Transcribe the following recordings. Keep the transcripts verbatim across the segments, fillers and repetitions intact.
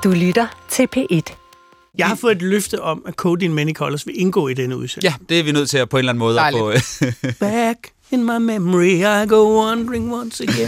Du lytter til P et. Jeg har fået et løfte om, at Cody in Many Colors vil indgå i denne udsendelse. Ja, det er vi nødt til at på en eller anden måde at få. Back in my memory, I go wandering once again.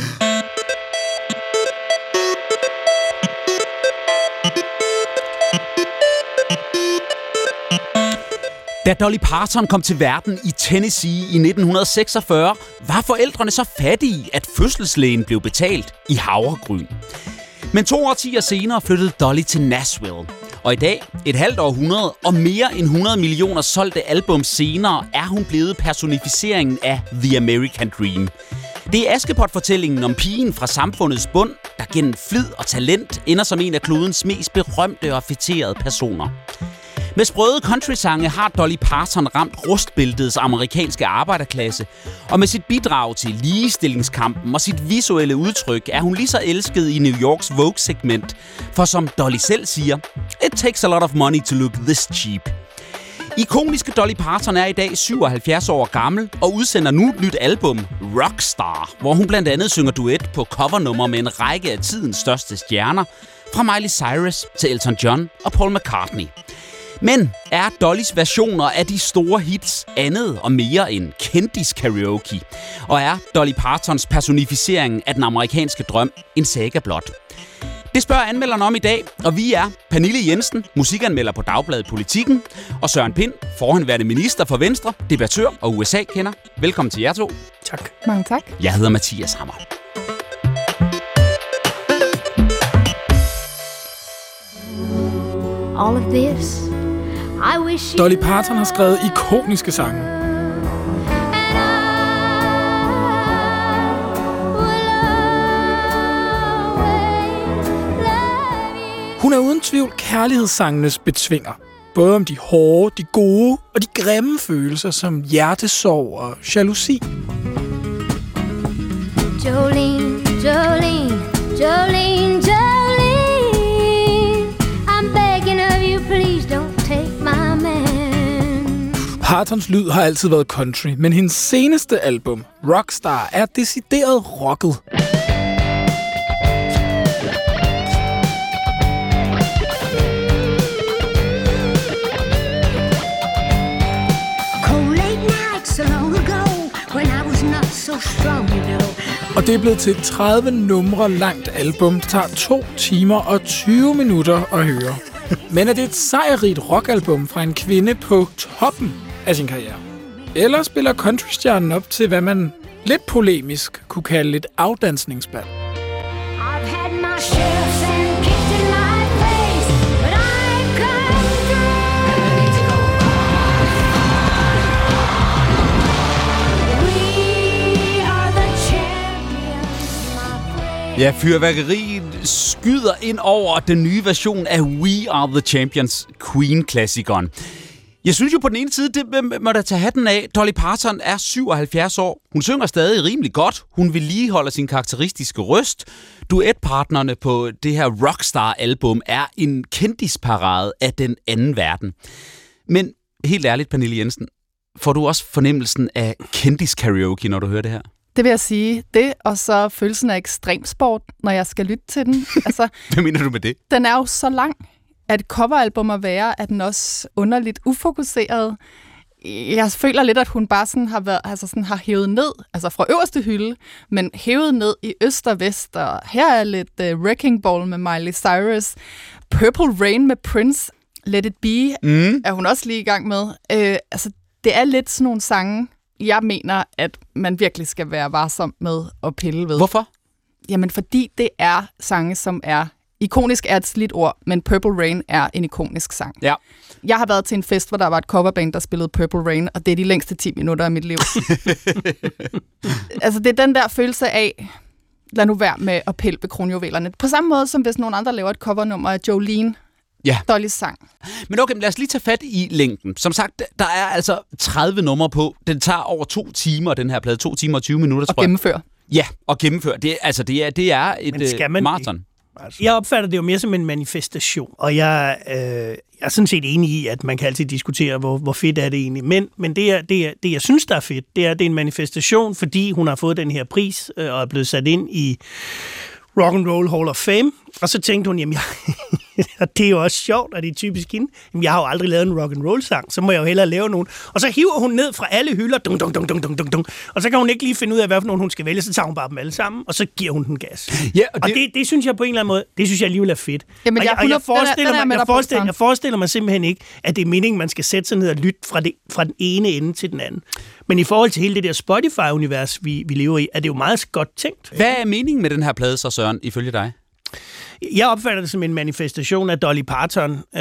Da Dolly Parton kom til verden i Tennessee i nitten seksogfyrre, var forældrene så fattige, at fødselslægen blev betalt i havregryn. Men to årtier senere flyttede Dolly til Nashville. Og i dag, et halvt århundrede og mere end hundrede millioner solgte album senere, er hun blevet personificeringen af The American Dream. Det er Askepot-fortællingen om pigen fra samfundets bund, der gennem flid og talent ender som en af klodens mest berømte og fætterede personer. Med sprøde countrysange har Dolly Parton ramt rustbæltets amerikanske arbejderklasse, og med sit bidrag til ligestillingskampen og sit visuelle udtryk er hun lige så elsket i New Yorks Vogue-segment, for som Dolly selv siger, "It takes a lot of money to look this cheap." Ikoniske Dolly Parton er i dag syvoghalvfjerds år gammel og udsender nu et nyt album, Rockstar, hvor hun blandt andet synger duet på covernummer med en række af tidens største stjerner, fra Miley Cyrus til Elton John og Paul McCartney. Men er Dollys versioner af de store hits andet og mere end kendis-karaoke? Og er Dolly Partons personificering af den amerikanske drøm en saga blot? Det spørger anmelderne om i dag, og vi er Pernille Jensen, musikanmelder på Dagbladet Politikken, og Søren Pind, forhenværende minister for Venstre, debattør og U S A-kender. Velkommen til jer to. Tak. Mange tak. Jeg hedder Mathias Hammer. All of this, I wish. Dolly Parton har skrevet ikoniske sange. Hun er uden tvivl kærlighedssangenes betvinger. Både om de hårde, de gode og de grimme følelser som hjertesorg og jalousi. Jolene, Jolene, Jolene, Jolene, I'm begging of you, please don't take my man. Partons lyd har altid været country, men hendes seneste album, Rockstar, er decideret rocket. Og det er blevet til et tredive numre langt album, der tager to timer og tyve minutter at høre. Men er det et sejrigt rockalbum fra en kvinde på toppen af sin karriere? Eller spiller countrystjernen op til, hvad man lidt polemisk kunne kalde et afdansningsbal? Ja, fyrværkeriet skyder ind over den nye version af We Are The Champions, Queen-klassikeren. Jeg synes jo på den ene side, det må da tage hatten af. Dolly Parton er syvoghalvfjerds år. Hun synger stadig rimelig godt. Hun vedligeholder sin karakteristiske røst. Duetpartnerne på det her Rockstar-album er en kendisparade af den anden verden. Men helt ærligt, Pernille Jensen, får du også fornemmelsen af kendis-karaoke, når du hører det her? Det vil jeg sige. Det, og så følelsen af ekstremsport, når jeg skal lytte til den. Altså, hvad mener du med det? Den er jo så lang, at et coveralbum at være, at den også underligt ufokuseret. Jeg føler lidt, at hun bare sådan har, været, altså sådan har hævet ned, altså fra øverste hylde, men hævet ned i øst og vest. Og her er lidt uh, Wrecking Ball med Miley Cyrus, Purple Rain med Prince, Let It Be mm. er hun også lige i gang med. Uh, altså, det er lidt sådan nogle sange, jeg mener, at man virkelig skal være varsom med at pille ved. Hvorfor? Jamen, fordi det er sange, som er... Ikonisk er et slidt ord, men Purple Rain er en ikonisk sang. Ja. Jeg har været til en fest, hvor der var et coverband, der spillede Purple Rain, og det er de længste ti minutter af mit liv. Altså, det er den der følelse af, lad nu være med at pille ved kronjuvelerne. På samme måde, som hvis nogen andre laver et covernummer af Jolene, ja. Dollys sang. Men okay, lad os lige tage fat i længden. Som sagt, der er altså tredive numre på. Den tager over to timer, den her plade. To timer og tyve minutter, tror jeg. Og gennemføre. Ja, og gennemføre. Det, altså, det er, det er et maraton. Altså. Jeg opfatter det jo mere som en manifestation, og jeg, øh, jeg er sådan set enig i, at man kan altid diskutere, hvor, hvor fedt er det egentlig. Men, men det, er, det, er, det, jeg synes, der er fedt, det er, det er en manifestation, fordi hun har fået den her pris øh, og er blevet sat ind i Rock and Roll Hall of Fame. Og så tænkte hun, jamen, jeg, Og det er jo også sjovt, og det er typisk hende. Jamen, jeg har jo aldrig lavet en rock and roll sang, så må jeg jo hellere lave nogen. Og så hiver hun ned fra alle hylder, dun, dun, dun, dun, dun, dun, dun. Og så kan hun ikke lige finde ud af, hvad for nogen hun skal vælge, så tager hun bare dem alle sammen, og så giver hun den gas. Ja, og og det, det, det synes jeg på en eller anden måde, det synes jeg alligevel er fedt. Jamen, og jeg, jeg, og jeg forestiller den er, den mig, er jeg forestiller, jeg forestiller mig simpelthen ikke, at det er meningen, man skal sætte sig ned og lytte fra, det, fra den ene ende til den anden. Men i forhold til hele det der Spotify-univers, vi, vi lever i, er det jo meget godt tænkt. hvad er meningen med den her plade så, Søren, ifølge dig? Jeg opfatter det som en manifestation af Dolly Parton,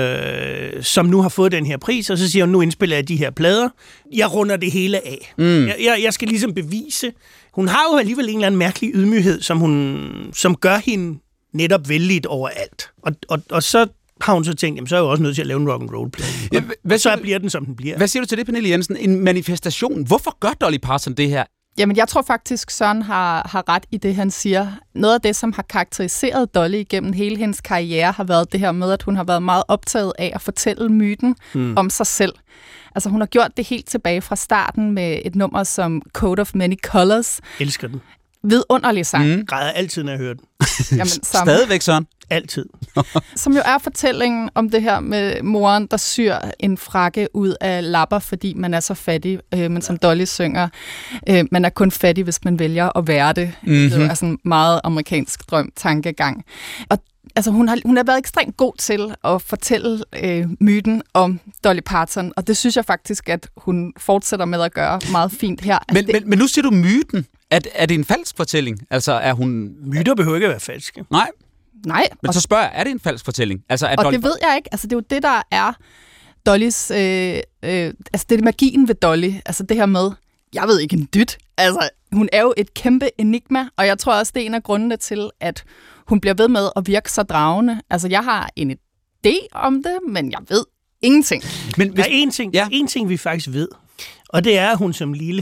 øh, som nu har fået den her pris, og så siger hun, nu indspiller jeg de her plader. Jeg runder det hele af. Mm. Jeg, jeg, jeg skal ligesom bevise. Hun har jo alligevel en eller anden mærkelig ydmyghed, som, hun, som gør hende netop vældigt overalt. Og, og, og så har hun så tænkt, jamen, så er jeg jo også nødt til at lave en rock and roll plade. Ja, hvad, så bliver den, som den bliver. Hvad siger du til det, Pernille Jensen? En manifestation. Hvorfor gør Dolly Parton det her? Jamen, jeg tror faktisk, Søren har, har ret i det, han siger. Noget af det, som har karakteriseret Dolly gennem hele hendes karriere, har været det her med, at hun har været meget optaget af at fortælle myten hmm. om sig selv. Altså, hun har gjort det helt tilbage fra starten med et nummer som Coat of Many Colors. Elsker den. Vidunderlig sang. Mm. Græder altid, når jeg hører den. Jamen, som, Stadigvæk, Søren? Altid. Som jo er fortællingen om det her med moren, der syr en frakke ud af lapper, fordi man er så fattig. Øh, men som Dolly synger, øh, man er kun fattig, hvis man vælger at være det. Mm-hmm. Det er sådan en meget amerikansk drøm tankegang. Og altså, hun har, hun har været ekstremt god til at fortælle øh, myten om Dolly Parton, og det synes jeg faktisk, at hun fortsætter med at gøre meget fint her. Altså, Men, det, men, men nu siger du myten. Er, er det en falsk fortælling? Altså, er hun... Myter behøver ikke at være falske. Nej. nej. Men så spørger jeg, er det en falsk fortælling? Altså, er Og Dolly... det ved jeg ikke. Altså, det er jo det, der er Dollys... Øh, øh, altså, det er magien ved Dolly. Altså, det her med, jeg ved ikke en dyt. Altså, hun er jo et kæmpe enigma, og jeg tror også, det er en af grundene til, at hun bliver ved med at virke så dragende. Altså, jeg har en idé om det, men jeg ved ingenting. Men hvis... der er én ting, ja. en ting, vi faktisk ved, og det er, at hun som lille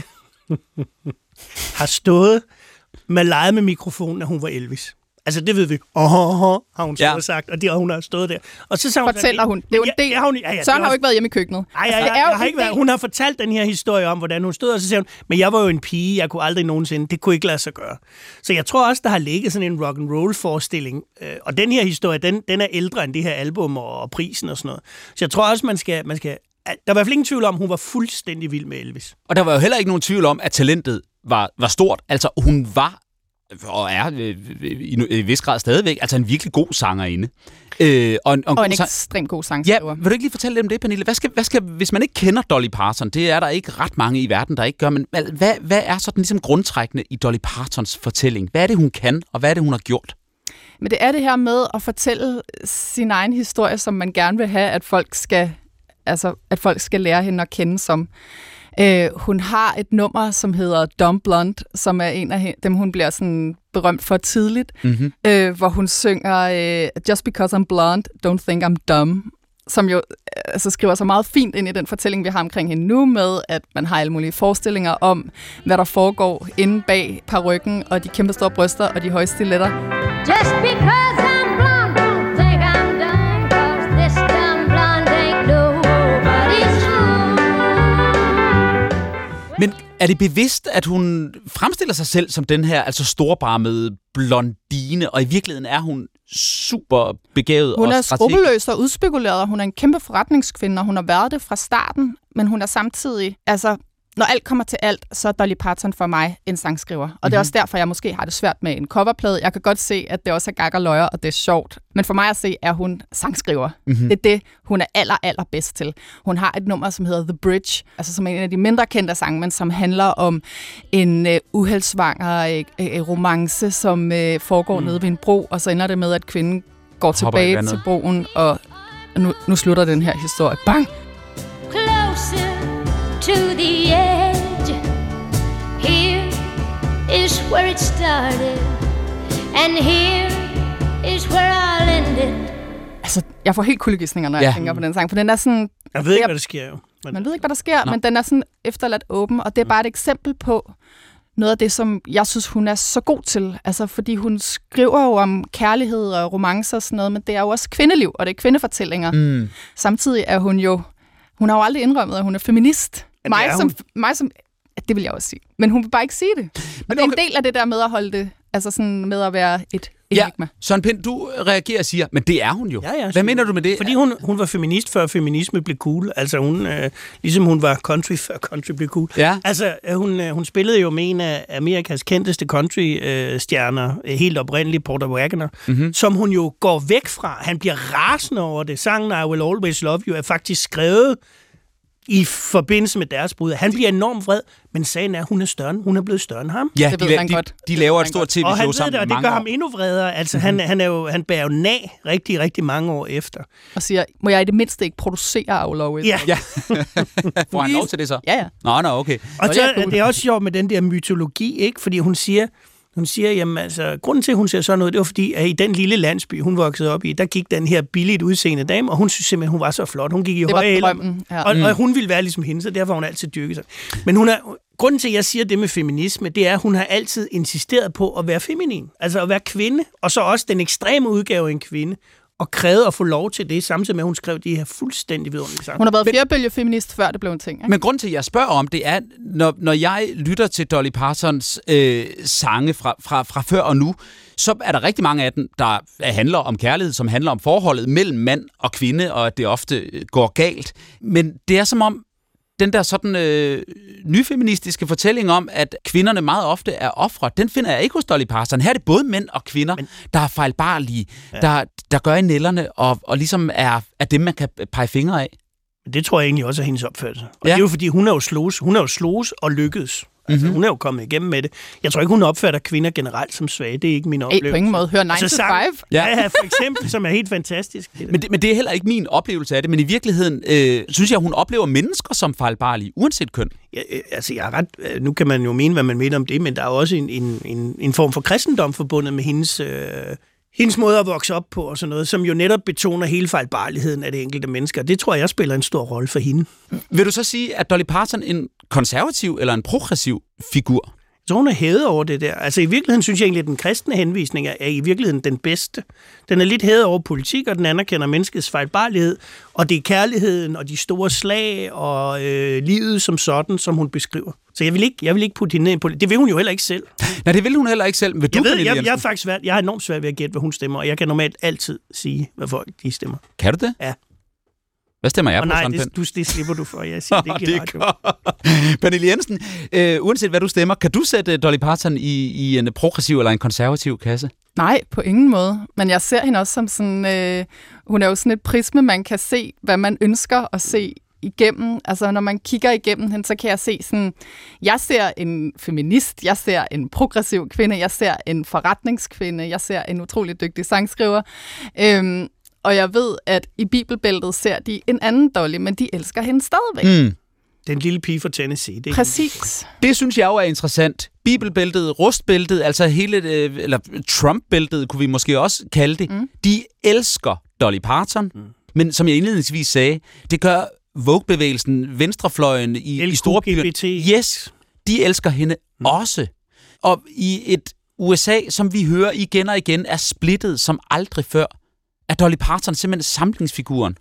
har stået med leget med mikrofonen, da hun var Elvis. Altså, det ved vi. Åh, oh, oh, har hun så ja. sagt, og det har hun har stået der. Og så hun fortæller hun. Det er jo en del. Ja, ja, hun, ja, ja, Søren har jo ikke været hjemme i køkkenet. Nej, ja, ja, altså, jeg har ikke været. Hun har fortalt den her historie om, hvordan hun stod, og så siger hun, men jeg var jo en pige, jeg kunne aldrig nogensinde, det kunne ikke lade sig gøre. Så jeg tror også, der har ligget sådan en rock and roll forestilling, og den her historie, den, den er ældre end det her album og, og prisen og sådan noget. Så jeg tror også, man skal, man skal der var i hvert fald ingen tvivl om, hun var fuldstændig vild med Elvis. Og der var jo heller ikke nogen tvivl om, at talentet var, var stort. Altså, hun var, og er øh, i, i vis grad stadigvæk, altså en virkelig god sangerinde. Øh, og en, og, og en sang... ekstremt god sangskriver. Ja, vil du ikke lige fortælle lidt om det, Pernille? Hvad skal, hvad skal, hvis man ikke kender Dolly Parton, det er der ikke ret mange i verden, der ikke gør, men hvad, hvad er sådan ligesom grundtrækkende i Dolly Partons fortælling? Hvad er det, hun kan, og hvad er det, hun har gjort? Men det er det her med at fortælle sin egen historie, som man gerne vil have, at folk skal, altså, at folk skal lære hende at kende som. Øh, hun har et nummer, som hedder Dumb Blonde, som er en af dem, hun bliver sådan berømt for tidligt, mm-hmm. øh, hvor hun synger øh, Just because I'm blonde, don't think I'm dumb, som jo altså, skriver så meget fint ind i den fortælling, vi har omkring hende nu, med at man har alle mulige forestillinger om, hvad der foregår inde bag parykken og de kæmpe store bryster og de høje stiletter. Just because I'm blonde, don't think I'm dumb, 'cause this dumb blonde ain't nobody's fool. Men er det bevidst, at hun fremstiller sig selv som den her altså storbarmede blondine, og i virkeligheden er hun super begavet hun og er strategisk? skrupelløs og udspekuleret, hun er en kæmpe forretningskvinde, og hun har været det fra starten, men hun er samtidig, altså når alt kommer til alt, så er Dolly Parton for mig en sangskriver. Og mm-hmm. det er også derfor, jeg måske har det svært med en coverplade. Jeg kan godt se, at det også er gak og løjer, og det er sjovt. Men for mig at se, er hun sangskriver. Mm-hmm. Det er det, hun er aller, aller bedst til. Hun har et nummer, som hedder The Bridge, altså som er en af de mindre kendte sange, men som handler om en uh, uheldsvanger uh, uh, romance, som uh, foregår mm. nede ved en bro, og så ender det med, at kvinden går Hopper tilbage til broen, og nu, nu slutter den her historie. Bang! Closer to the edge. Here is where it started, and here is where I'll end it. Altså, jeg får helt kuldegysninger, når ja. jeg tænker på den sang, for den er sådan... Jeg ved ikke, hvad der sker jo. Men... Man ved ikke, hvad der sker, Nå. men den er sådan efterladt åben, og det er bare et eksempel på noget af det, som jeg synes, hun er så god til. Altså, fordi hun skriver jo om kærlighed og romancer og sådan noget, men det er jo også kvindeliv, og det er kvindefortællinger. Mm. Samtidig er hun jo... Hun har jo aldrig indrømmet, at hun er feminist. Mig som, mig som... Det vil jeg også sige. Men hun vil bare ikke sige det. Og men, det er en del af det der med at holde det... Altså sådan med at være et, et enigma. Søren Pind, du reagerer og siger, men det er hun jo. Ja, ja, Hvad mener du med det? Fordi hun, hun var feminist, før feminisme blev cool. Altså hun, øh, ligesom hun var country, før country blev cool. Ja. Altså hun, øh, hun spillede jo med en af Amerikas kendteste country-stjerner, øh, helt oprindeligt, Porter Wagoner, mm-hmm. som hun jo går væk fra. Han bliver rasende over det. Sangen I Will Always Love You er faktisk skrevet i forbindelse med deres brud. Han bliver enormt vred, men sagen er, at hun er større, hun er blevet større end ham. Ja, Det de, ved han de, godt. de laver et stort Og han tv-show ved sammen det, og i det mange gør år. ham endnu vredere. Altså, mm-hmm. han, han, er jo, han bærer jo nag rigtig, rigtig mange år efter. Og siger, må jeg i det mindste ikke producere Aflov? Ja. Ja. Får han lov til det så? Ja, ja. Nå, nå, okay. Og Og så, det er cool. det er også sjovt med den der mytologi, ikke? Fordi hun siger, hun siger, jamen altså, grunden til, at hun ser sådan noget, det var fordi, at i den lille landsby, hun voksede op i, der gik den her billigt udseende dame, og hun synes simpelthen, hun var så flot. Hun gik i Det var høje hæle, drømmen, ja. og, og hun ville være ligesom hende, så derfor har hun altid dyrket sig. Men hun er, grunden til, at jeg siger det med feminisme, det er, at hun har altid insisteret på at være feminin, altså at være kvinde, og så også den ekstreme udgave af en kvinde, og krævede at få lov til det, samtidig med, at hun skrev de her fuldstændig vidunderlige sange. Hun har været fjerbølgefeminist, før det blev en ting. Ikke? Men grunden til, at jeg spørger om det, er, når, når jeg lytter til Dolly Partons øh, sange fra, fra, fra før og nu, så er der rigtig mange af dem, der handler om kærlighed, som handler om forholdet mellem mand og kvinde, og at det ofte går galt. Men det er som om, den der sådan øh, nyfeministiske fortælling om, at kvinderne meget ofte er ofre, den finder jeg ikke hos Dolly Parton. Her er det både mænd og kvinder, Men, der er fejlbarlige, ja. der, der gør i nælderne, og, og ligesom er, er dem, man kan pege fingre af. Det tror jeg egentlig også er hendes opfattelse. Og Ja. det er jo fordi, hun er jo slås, hun er jo slås og lykkedes. Altså, mm-hmm. Hun er jo kommet igennem med det. Jeg tror ikke, hun opfatter kvinder generelt som svage. Det er ikke min oplevelse. Ej, på ingen måde. Hør nine to five. Ja. ja, for eksempel, som er helt fantastisk. Det men, det, men det er heller ikke min oplevelse af det, men i virkeligheden øh, synes jeg, hun oplever mennesker som fejlbarlige, uanset køn. Ja, altså, jeg er ret, nu kan man jo mene, hvad man mener om det, men der er jo også en, en, en, en form for kristendom forbundet med hendes... Øh, hendes måde at vokse op på og sådan noget, som jo netop betoner hele fejlbarligheden af det enkelte menneske. Det tror jeg spiller en stor rolle for hende. Vil du så sige, at Dolly Parton er en konservativ eller en progressiv figur? Så hun er hævet over det der. Altså i virkeligheden synes jeg egentlig, at den kristne henvisning er i virkeligheden den bedste. Den er lidt hævet over politik, og den anerkender menneskets fejlbarlighed, og det er kærligheden og de store slag og øh, livet som sådan, som hun beskriver. Så jeg vil ikke, jeg vil ikke putte hende ned i politik. Det vil hun jo heller ikke selv. Nej, det vil hun heller ikke selv. Vil du, Jeg ved, Pernille jeg, Jensen? jeg, er faktisk svært, jeg har enormt svært ved at gætte, hvad hun stemmer, og jeg kan normalt altid sige, hvad folk de stemmer. Kan du det? Ja. Hvad stemmer jeg Og på, nej, Søren det, Pind? du, det slipper du for. Jeg siger det ikke i det radio. er godt. Pernille Jensen, øh, uanset hvad du stemmer, kan du sætte Dolly Parton i, i en progressiv eller en konservativ kasse? Nej, på ingen måde. Men jeg ser hende også som sådan... Øh, hun er jo sådan et prisme, man kan se, hvad man ønsker at se igennem. Altså, når man kigger igennem hende, så kan jeg se sådan... Jeg ser en feminist, jeg ser en progressiv kvinde, jeg ser en forretningskvinde, jeg ser en utrolig dygtig sangskriver. Øhm, og jeg ved, at i Bibelbæltet ser de en anden Dolly, men de elsker hende stadigvæk. Mm. Den lille pige fra Tennessee. Det er Præcis. Det synes jeg jo er interessant. Bibelbæltet, rustbæltet, altså hele, øh, eller Trump-bæltet, kunne vi måske også kalde det. Mm. De elsker Dolly Parton, mm. men som jeg indledningsvis sagde, det gør Vogue-bevægelsen, venstrefløjen i, i store byer. Yes, de elsker hende mm. også. Og i et U S A, som vi hører igen og igen, er splittet som aldrig før, er Dolly Parton simpelthen samlingsfiguren.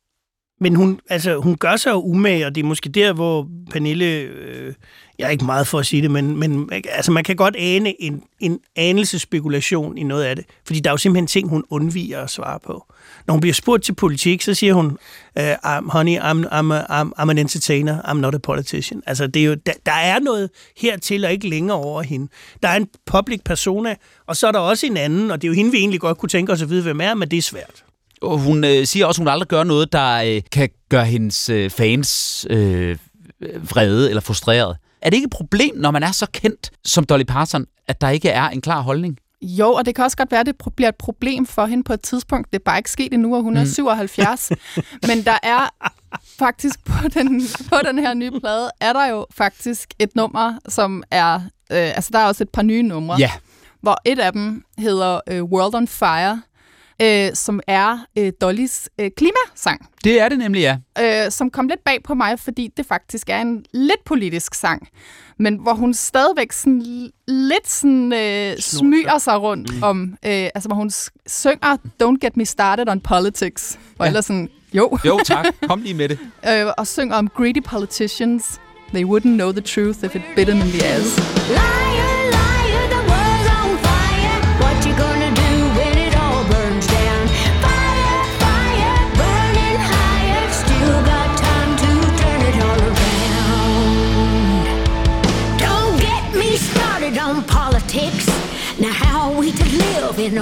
Men hun, altså, hun gør sig jo umage, og det er måske der, hvor Pernille, øh, jeg er ikke meget for at sige det, men, men altså, man kan godt ane en, en anelse spekulation i noget af det, fordi der er jo simpelthen ting, hun undviger at svare på. Når hun bliver spurgt til politik, så siger hun, uh, honey, I'm, I'm, a, I'm, I'm an entertainer, I'm not a politician. Altså, det er jo, der, der er noget hertil og ikke længere over hende. Der er en public persona, og så er der også en anden, og det er jo hende, vi egentlig godt kunne tænke os at vide, hvem er, men det er svært. Og hun øh, siger også, at hun aldrig gør noget, der øh, kan gøre hendes øh, fans øh, vrede eller frustreret. Er det ikke et problem, når man er så kendt som Dolly Parton, at der ikke er en klar holdning? Jo, og det kan også godt være, at det bliver et problem for hende på et tidspunkt. Det er bare ikke sket endnu, og hun er syvoghalvfjerds. Men der er faktisk på den, på den her nye plade, er der jo faktisk et nummer, som er... Øh, altså, der er også et par nye numre. Ja. Hvor et af dem hedder øh, World on Fire, øh, som er øh, Dollys øh, klimasang. Det er det nemlig, ja. Øh, som kom lidt bag på mig, fordi det faktisk er en lidt politisk sang, men hvor hun stadigvæk sådan, lidt sådan, øh, smyger sig rundt mm. om, øh, altså hvor hun synger Don't Get Me Started on Politics, og ja. Ellers sådan, jo. Jo, tak. Kom lige med det. øh, og synger om greedy politicians. They wouldn't know the truth if it bit them in the ass. Liar, liar, the world's on fire. What you gonna do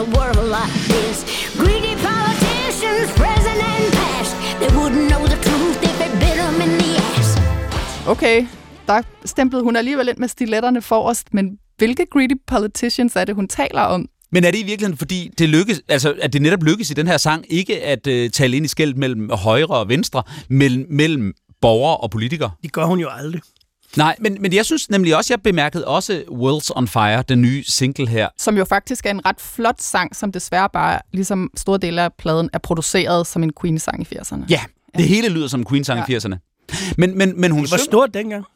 a world like this. Greedy politicians, present and past, they wouldn't know the truth if it bit them in the ass. Okay, der stemplede hun alligevel ind med stiletterne forrest, men hvilke greedy politicians er det, hun taler om? Men er det i virkeligheden, fordi det lykkes, altså, at det netop lykkes i den her sang, ikke at uh, tale ind i skellet mellem højre og venstre, mellem, mellem borgere og politikere? Det gør hun jo aldrig. Nej, men, men jeg synes nemlig også, jeg bemærkede også World's on Fire, den nye single her. Som jo faktisk er en ret flot sang, som desværre bare, ligesom store dele af pladen, er produceret som en Queen-sang i firserne. Ja, det ja. hele lyder som en Queen-sang ja. i firserne. Men, men, men hun det var synger... stort dengang.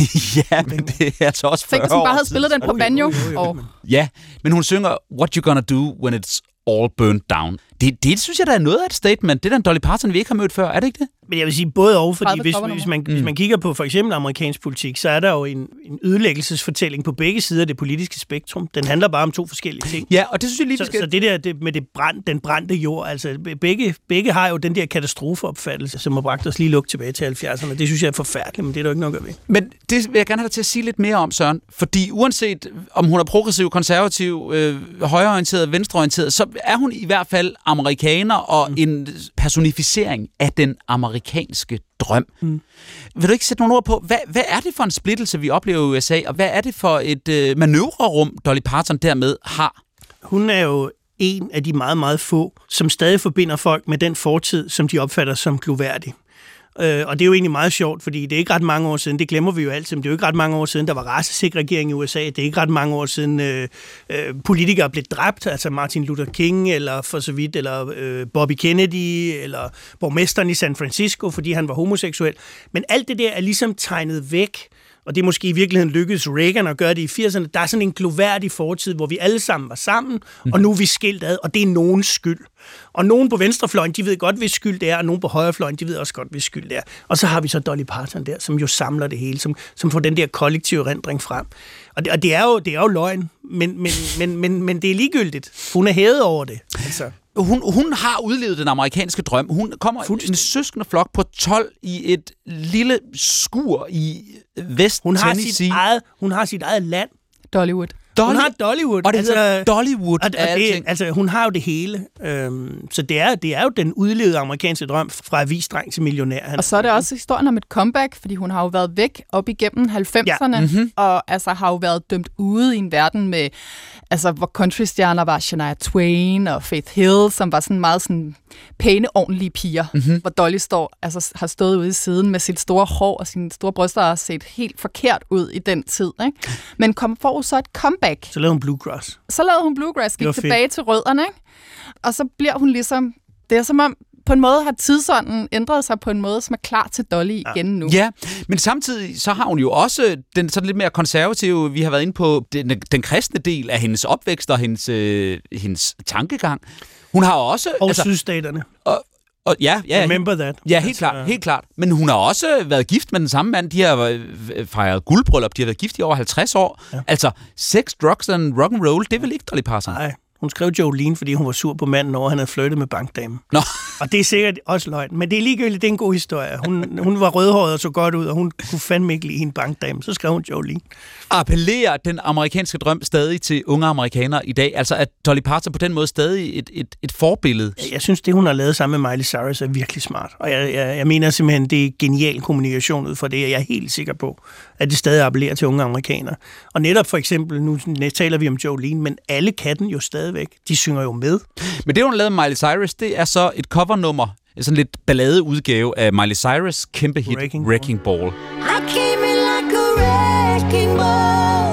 ja, men det er altså også fyrre år. Tænk, som bare havde spillet den på banjo. Og... Ja, men hun synger What You Gonna Do When It's All Burned Down. Det, det synes jeg, der er noget af et statement. Det er den Dolly Parton, vi ikke har mødt før. Er det ikke det? Men jeg vil sige både og, fordi hvis, hvis, man, mm. hvis man kigger på for eksempel amerikansk politik, så er der jo en, en ødelæggelsesfortælling på begge sider af det politiske spektrum. Den handler bare om to forskellige ting. Ja, og det synes jeg lige, så, skal... så det der det, med det brand, den brændte jord, altså begge, begge har jo den der katastrofeopfattelse, som har bragt os lige lugt tilbage til halvfjerdserne. Det synes jeg er forfærdeligt, men det er der jo ikke noget at gøre ved. Men det vil jeg gerne have dig til at sige lidt mere om, Søren. Fordi uanset om hun er progressiv, konservativ, øh, højreorienteret, venstreorienteret, så er hun i hvert fald amerikaner og mm. en personificering af den amerikanske drøm. Mm. Vil du ikke sætte nogle ord på, hvad, hvad er det for en splittelse, vi oplever i U S A, og hvad er det for et øh, manøvrerum, Dolly Parton dermed har? Hun er jo en af de meget, meget få, som stadig forbinder folk med den fortid, som de opfatter som gloværdig. Øh, og det er jo egentlig meget sjovt, fordi det er ikke ret mange år siden, det glemmer vi jo altid, men det er jo ikke ret mange år siden, der var racesegregering i U S A. Det er ikke ret mange år siden, øh, øh, politikere blev dræbt, altså Martin Luther King, eller for så vidt, eller øh, Bobby Kennedy, eller borgmesteren i San Francisco, fordi han var homoseksuel. Men alt det der er ligesom tegnet væk, og det er måske i virkeligheden lykkedes Reagan at gøre det i firserne. Der er sådan en gloværdig fortid, hvor vi alle sammen var sammen, mm. og nu er vi skilt ad, og det er nogens skyld. Og nogen på venstrefløjen, de ved godt, hvis skyld det er, og nogen på højrefløjen, de ved også godt, hvis skyld det er. Og så har vi så Dolly Parton der, som jo samler det hele, som, som får den der kollektive erindring frem. Og det, og det er jo det er jo løgn, men, men, men, men, men det er ligegyldigt. Hun er hævet over det. Altså. Hun, hun har udlevet den amerikanske drøm. Hun kommer en søskende flok på tolv i et lille skur i Vest hun har Tennessee. Sit eget, hun har sit eget land. Dollywood. Dolly, hun har Dollywood. Og det altså, hedder Dollywood. Og, og det, altså, hun har jo det hele. Øhm, så det er, det er jo den udlevede amerikanske drøm fra avisdreng til millionær. Han og så er det også historien om et comeback, fordi hun har jo været væk op igennem halvfemserne, ja. mm-hmm. og altså, har jo været dømt ude i en verden med, altså, hvor countrystjerner var Shania Twain og Faith Hill, som var sådan meget sådan pæne, ordentlige piger, mm-hmm. hvor Dolly står, altså, har stået ude i siden med sit store hår og sine store bryster og har set helt forkert ud i den tid. Ikke? Men kom for så et comeback. Så lavede hun bluegrass. Så lavede hun bluegrass, gik tilbage fedt. til rødderne, ikke? Og så bliver hun ligesom, det er som om, på en måde har tidsånden ændret sig på en måde, som er klar til Dolly igen ja. nu. Ja, men samtidig så har hun jo også den sådan lidt mere konservative, vi har været inde på, den, den kristne del af hendes opvækst og hendes, øh, hendes tankegang. Hun har også... Og altså, sydstaterne. Og, Og ja, ja, Remember that. Ja, helt klart, helt klart. Men hun har også været gift med den samme mand. De har fejret guldbryllup. De har været gift i over halvtreds år. Ja. Altså, sex, drugs and rock and roll, det er vel ikke Dolly Parton? Nej. Hun skrev Jolene, fordi hun var sur på manden over, han havde flyttet med bankdamen. Nå. Og det er sikkert også løgn. Men det er ligegyldigt, det er en god historie. Hun, hun var rødhåret og så godt ud, og hun kunne fandme ikke lide en bankdame. Så skrev hun Jolene. Appellerer den amerikanske drøm stadig til unge amerikanere i dag? Altså, at Dolly Parton på den måde stadig et, et, et forbillede? Jeg synes, det hun har lavet sammen med Miley Cyrus er virkelig smart. Og jeg, jeg, jeg mener simpelthen, det er genial kommunikation ud fra det, og jeg er helt sikker på, at det stadig appellerer til unge amerikanere. Og netop for eksempel, nu taler vi om Jolene, men alle kan den jo stadigvæk. De synger jo med. Men det, hun lavede med Miley Cyrus, det er så et covernummer, sådan lidt balladeudgave af Miley Cyrus' kæmpe hit, Wrecking, Wrecking Ball. I came in like a wrecking ball.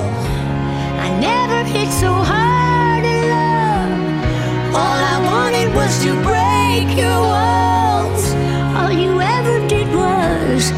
I never hit so hard in love. All I wanted was to break your walls. All you ever did was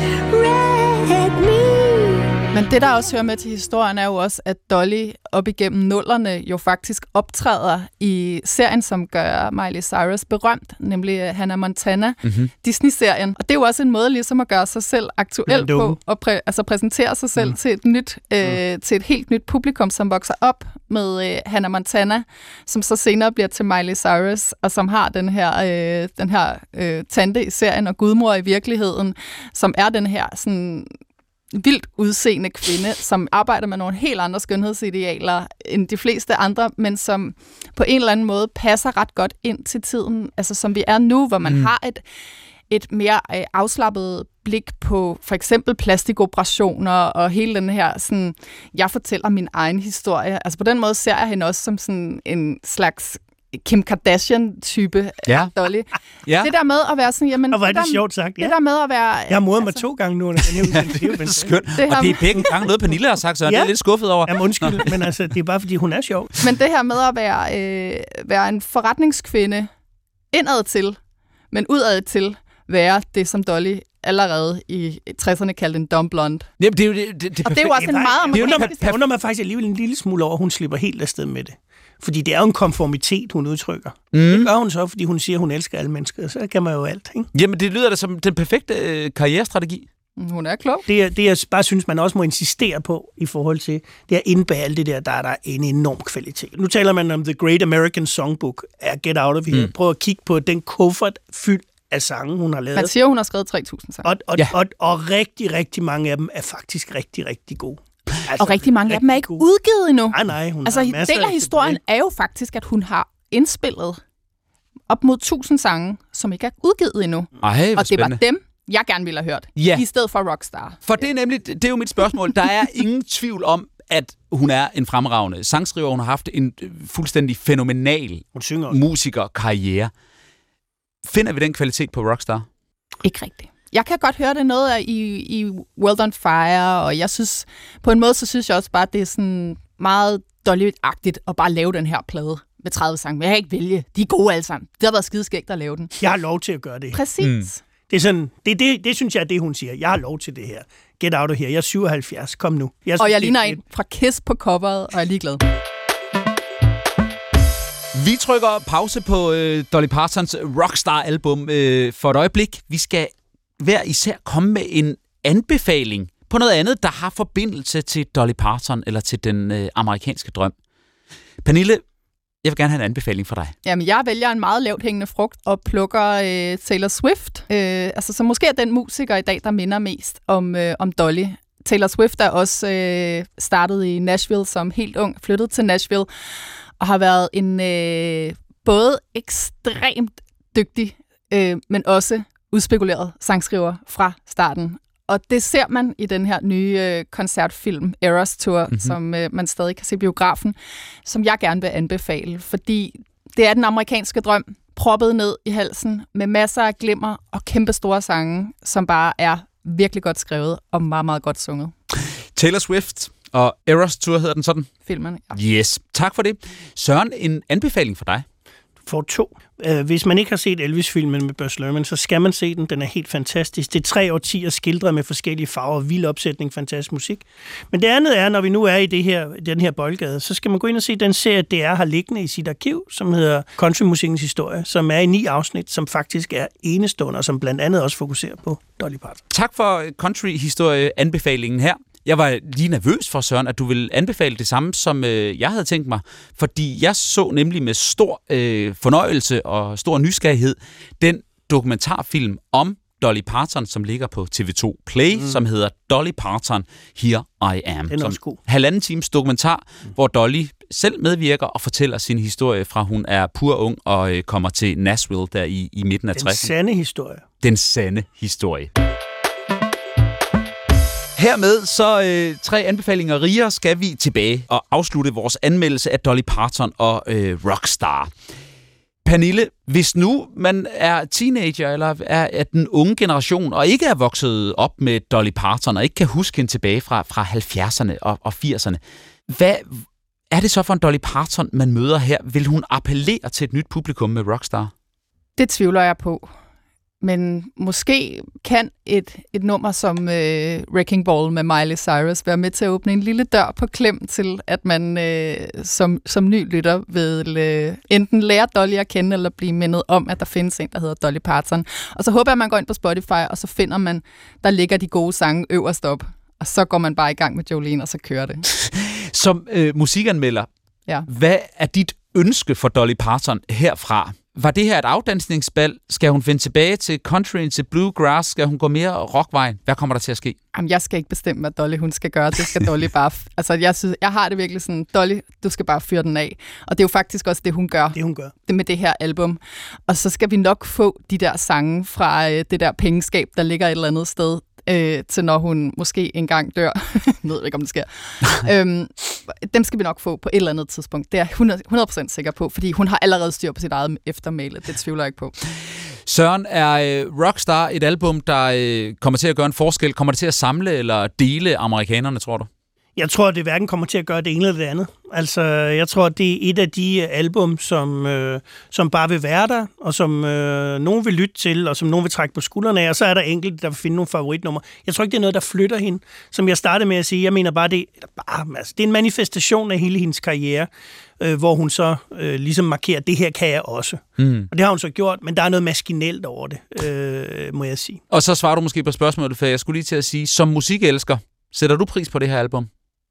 wreck me. Men det, der også hører med til historien, er jo også, at Dolly op igennem nullerne jo faktisk optræder i serien, som gør Miley Cyrus berømt, nemlig Hannah Montana, mm-hmm. Disney-serien. Og det er jo også en måde ligesom at gøre sig selv aktuel på, og præ- altså præsentere sig selv mm. til, et nyt, øh, mm. til et helt nyt publikum, som vokser op med øh, Hannah Montana, som så senere bliver til Miley Cyrus, og som har den her, øh, den her øh, tante i serien, og gudmor i virkeligheden, som er den her sådan... vildt udseende kvinde, som arbejder med nogle helt andre skønhedsidealer end de fleste andre, men som på en eller anden måde passer ret godt ind til tiden, altså som vi er nu, hvor man mm. har et, et mere øh, afslappet blik på for eksempel plastikoperationer og hele den her, sådan, jeg fortæller min egen historie. Altså på den måde ser jeg hende også som sådan en slags Kim Kardashian-type ja. af Dolly. Ja. Det der med at være sådan, jamen... Og hvor er det der, sjovt sagt, ja. Det der med at være... Jeg har modet mig to gange nu, under den her det er skønt. Det og det er begge gange noget, Pernille har sagt, så ja. Det er lidt skuffet over. Jamen undskyld, men altså, det er bare, fordi hun er sjov. Men det her med at være, øh, være en forretningskvinde indad til, men udad til, være det, som Dolly allerede i tresserne kaldte en dumb blonde. Jamen, det er jo det, det, det og det er jo også en meget amerikansk... Det undrer mig faktisk alligevel en lille smule over, at hun slipper helt afsted med det. Fordi det er jo en konformitet, hun udtrykker. Mm. Det gør hun så, fordi hun siger, at hun elsker alle mennesker. Så kan man jo alt, ikke? Jamen, det lyder da som den perfekte øh, karrierestrategi. Hun er klog. Det, det, jeg bare synes, man også må insistere på i forhold til, det er inde bag alt det der, der er der en enorm kvalitet. Nu taler man om The Great American Songbook af Get Out of Here. Mm. Prøv at kigge på den kuffert fyldt af sange, hun har lavet. Man siger, hun har skrevet tre tusind sange. Og, og, ja. og, og, og rigtig, rigtig mange af dem er faktisk rigtig, rigtig gode. Altså, og rigtig mange rigtig af dem er ikke gode. Udgivet endnu. Nej, nej. Hun altså, har del af historien er jo faktisk, at hun har indspillet op mod tusind sange, som ikke er udgivet endnu. Ej, og det spændende. var dem, jeg gerne ville have hørt, ja. i stedet for Rockstar. For det er nemlig, det er jo mit spørgsmål. Der er ingen tvivl om, at hun er en fremragende sangskriver. Hun har haft en fuldstændig fænomenal musikerkarriere. Finder vi den kvalitet på Rockstar? Ikke rigtigt. Jeg kan godt høre det noget af i, i World on Fire, og jeg synes, på en måde, så synes jeg også bare, at det er sådan meget Dolly-agtigt at bare lave den her plade med tredive sange. Men jeg kan ikke vælge. De er gode alle sammen. Det har været skideskægt at lave den. Jeg har lov til at gøre det. Præcis. Mm. Det er sådan, det, det, det synes jeg er det, hun siger. Jeg har lov til det her. Get out of here. Jeg er syvoghalvfjerds. Kom nu. Jeg synes, og jeg det, ligner det, en fra Kiss på coveret, og jeg er ligeglad. Vi trykker pause på øh, Dolly Partons Rockstar-album øh, for et øjeblik. Vi skal hver især komme med en anbefaling på noget andet, der har forbindelse til Dolly Parton eller til den øh, amerikanske drøm. Pernille, jeg vil gerne have en anbefaling for dig. Jamen, jeg vælger en meget lavt hængende frugt og plukker øh, Taylor Swift. Øh, altså, så måske er den musiker i dag, der minder mest om, øh, om Dolly. Taylor Swift er også øh, startet i Nashville som helt ung, flyttet til Nashville, og har været en øh, både ekstremt dygtig, øh, men også udspekuleret sangskriver fra starten. Og det ser man i den her nye øh, koncertfilm, Eras Tour, mm-hmm. som øh, man stadig kan se i biografen, som jeg gerne vil anbefale, fordi det er den amerikanske drøm, proppet ned i halsen, med masser af glimmer og kæmpe store sange, som bare er virkelig godt skrevet og meget, meget godt sunget. Taylor Swift og Eras Tour hedder den sådan? Filmerne, ja. Yes, tak for det. Søren, en anbefaling for dig? For to. Hvis man ikke har set Elvis-filmen med Baz Luhrmann, så skal man se den. Den er helt fantastisk. Det er tre årtier skildret med forskellige farver, vild opsætning, fantastisk musik. Men det andet er, når vi nu er i det her, den her boldgade, så skal man gå ind og se den serie, D R har liggende i sit arkiv, som hedder Countrymusikkens historie, som er i ni afsnit, som faktisk er enestående, og som blandt andet også fokuserer på Dolly Parton. Tak for country-historie-anbefalingen her. Jeg var lige nervøs for, Søren, at du ville anbefale det samme, som øh, jeg havde tænkt mig. Fordi jeg så nemlig med stor øh, fornøjelse og stor nysgerrighed den dokumentarfilm om Dolly Parton, som ligger på T V to Play, mm. som hedder Dolly Parton, Here I Am. Den er også god. Halvanden times dokumentar, mm. hvor Dolly selv medvirker og fortæller sin historie fra hun er pur ung og øh, kommer til Nashville der i, i midten af tresserne. Den sande historie. Den sande historie. Hermed så øh, tre anbefalinger rigere skal vi tilbage og afslutte vores anmeldelse af Dolly Parton og øh, Rockstar. Pernille, hvis nu man er teenager eller er, er den unge generation og ikke er vokset op med Dolly Parton og ikke kan huske hende tilbage fra, fra halvfjerdserne og, og firserne, hvad er det så for en Dolly Parton, man møder her? Vil hun appellere til et nyt publikum med Rockstar? Det tvivler jeg på. Men måske kan et, et nummer som øh, Wrecking Ball med Miley Cyrus være med til at åbne en lille dør på klem til, at man øh, som, som ny lytter vil øh, enten lære Dolly at kende, eller blive mindet om, at der findes en, der hedder Dolly Parton. Og så håber jeg, at man går ind på Spotify, og så finder man, der ligger de gode sange øverst op. Og så går man bare i gang med Jolene, og så kører det. Som øh, musikanmelder, ja. Hvad er dit ønske for Dolly Parton herfra? Var det her et afdansningsbal? Skal hun finde tilbage til country, til bluegrass? Skal hun gå mere rockvejen? Hvad kommer der til at ske? Jamen, jeg skal ikke bestemme, hvad Dolly hun skal gøre. Det skal Dolly bare... Altså, jeg, synes, jeg har det virkelig sådan, Dolly, du skal bare fyre den af. Og det er jo faktisk også det, hun gør. Det, hun gør. Det med det her album. Og så skal vi nok få de der sange fra øh, det der pengeskab, der ligger et eller andet sted, øh, til når hun måske engang dør. Jeg ved ikke, om det sker. øhm, dem skal vi nok få på et eller andet tidspunkt. Det er jeg hundrede procent sikker på, fordi hun har allerede styr på sit eget eftermæle. Det tvivler jeg ikke på. Søren, er øh, Rockstar et album, der øh, kommer til at gøre en forskel? Kommer det til at samle eller dele amerikanerne, tror du? Jeg tror, det hverken kommer til at gøre det ene eller det andet. Altså, jeg tror, det er et af de album, som, øh, som bare vil være der, og som øh, nogen vil lytte til, og som nogen vil trække på skuldrene af, og så er der enkelte, der vil finde nogle favoritnumre. Jeg tror ikke, det er noget, der flytter hende. Som jeg startede med at sige, jeg mener bare, det, eller bare, altså, det er en manifestation af hele hendes karriere, øh, hvor hun så øh, ligesom markerer, det her kan jeg også. Mm. Og det har hun så gjort, men der er noget maskinelt over det, øh, må jeg sige. Og så svarer du måske på spørgsmålet, for jeg skulle lige til at sige, som musikelsker, sætter du pris på det her album?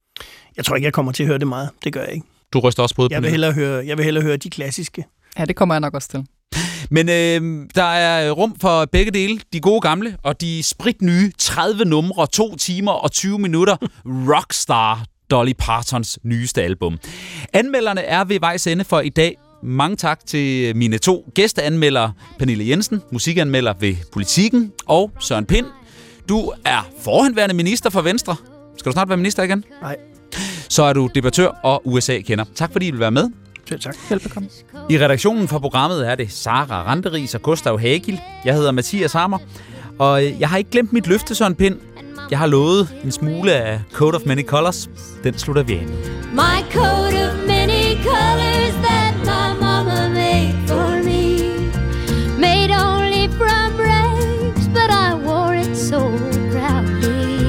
Jeg tror ikke, jeg kommer til at høre det meget. Det gør jeg ikke. Du ryster også på det. Jeg vil hellere høre, jeg vil hellere høre de klassiske. Ja, det kommer jeg nok også til. Men øh, der er rum for begge dele. De gode gamle og de spritnye tredive numre, to timer og tyve minutter. Rockstar, Dolly Partons nyeste album. Anmelderne er ved vejs ende for i dag. Mange tak til mine to gæsteanmeldere, Pernille Jensen, musikanmelder ved Politikken, og Søren Pind. Du er forhenværende minister for Venstre. Skal du snart være minister igen? Nej. Så er du debattør og U S A-kender. Tak fordi I vil være med. Selv tak. Velbekomme. I redaktionen for programmet er det Sara Randeris og Gustav Hagil. Jeg hedder Mathias Hammer, og jeg har ikke glemt mit løfte, Søren Pind. Jeg har lovet en smule af Coat of Many Colors. Den slutter vi af. My coat of many colors that my mama made for me, made only from rags, but I wore it so proudly.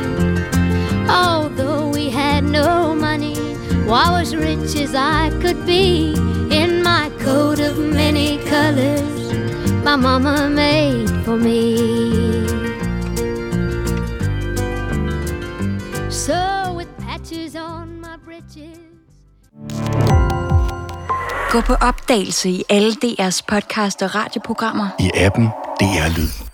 Although we had no money, I was rich as I could be, in my coat of many colors my mama made for me. So with patches on my britches. Gå på opdagelse i alle D R's podcast og radioprogrammer. I appen D R Lyd.